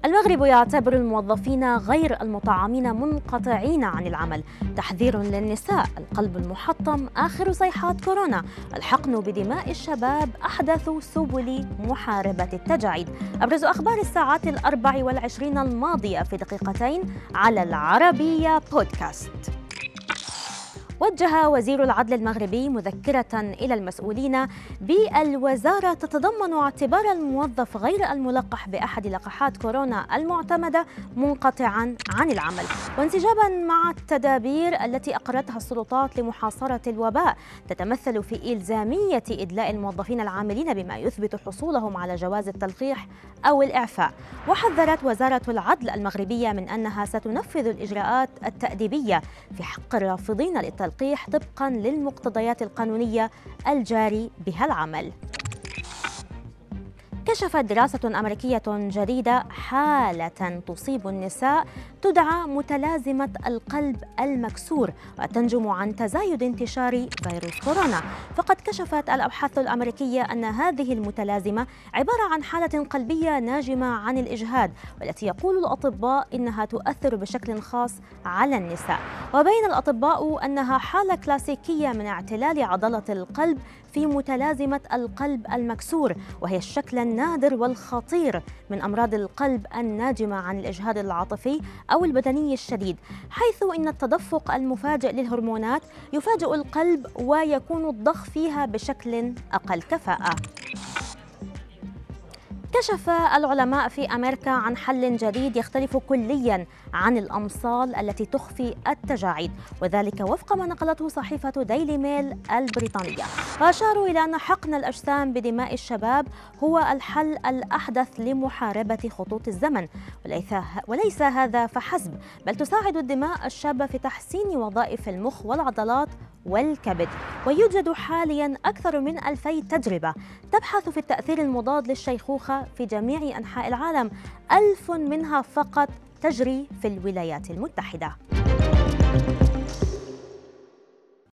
المغرب يعتبر الموظفين غير المطعمين منقطعين عن العمل. تحذير للنساء، القلب المحطم آخر صيحات كورونا، الحقن بدماء الشباب أحدث سبل محاربة التجاعيد. أبرز أخبار الساعات 24 الماضية في دقيقتين على العربية بودكاست. وجه وزير العدل المغربي مذكرة إلى المسؤولين بالوزارة تتضمن اعتبار الموظف غير الملقح بأحد لقاحات كورونا المعتمدة منقطعا عن العمل، وانسجابا مع التدابير التي أقرتها السلطات لمحاصرة الوباء تتمثل في إلزامية إدلاء الموظفين العاملين بما يثبت حصولهم على جواز التلقيح أو الإعفاء. وحذرت وزارة العدل المغربية من أنها ستنفذ الإجراءات التأديبية في حق الرافضين للتلقيح طبقاً للمقتضيات القانونية الجاري بها العمل. كشفت دراسة أمريكية جديدة حالة تصيب النساء تدعى متلازمة القلب المكسور، وتنجم عن تزايد انتشار فيروس كورونا. فقد كشفت الأبحاث الأمريكية أن هذه المتلازمة عبارة عن حالة قلبية ناجمة عن الإجهاد، والتي يقول الأطباء إنها تؤثر بشكل خاص على النساء. وبين الأطباء أنها حالة كلاسيكية من اعتلال عضلة القلب في متلازمة القلب المكسور، وهي الشكل النادر والخطير من أمراض القلب الناجمة عن الإجهاد العاطفي أو البدني الشديد، حيث إن التدفق المفاجئ للهرمونات يفاجئ القلب ويكون الضخ فيها بشكل أقل كفاءة. كشف العلماء في أمريكا عن حل جديد يختلف كلياً عن الأمصال التي تخفي التجاعيد، وذلك وفق ما نقلته صحيفة ديلي ميل البريطانية. وأشاروا إلى أن حقن الأجسام بدماء الشباب هو الحل الأحدث لمحاربة خطوط الزمن، وليس هذا فحسب، بل تساعد الدماء الشابة في تحسين وظائف المخ والعضلات والكبد. ويوجد حالياً أكثر من 2000 تجربة تبحث في التأثير المضاد للشيخوخة في جميع أنحاء العالم، 1000 منها فقط تجري في الولايات المتحدة.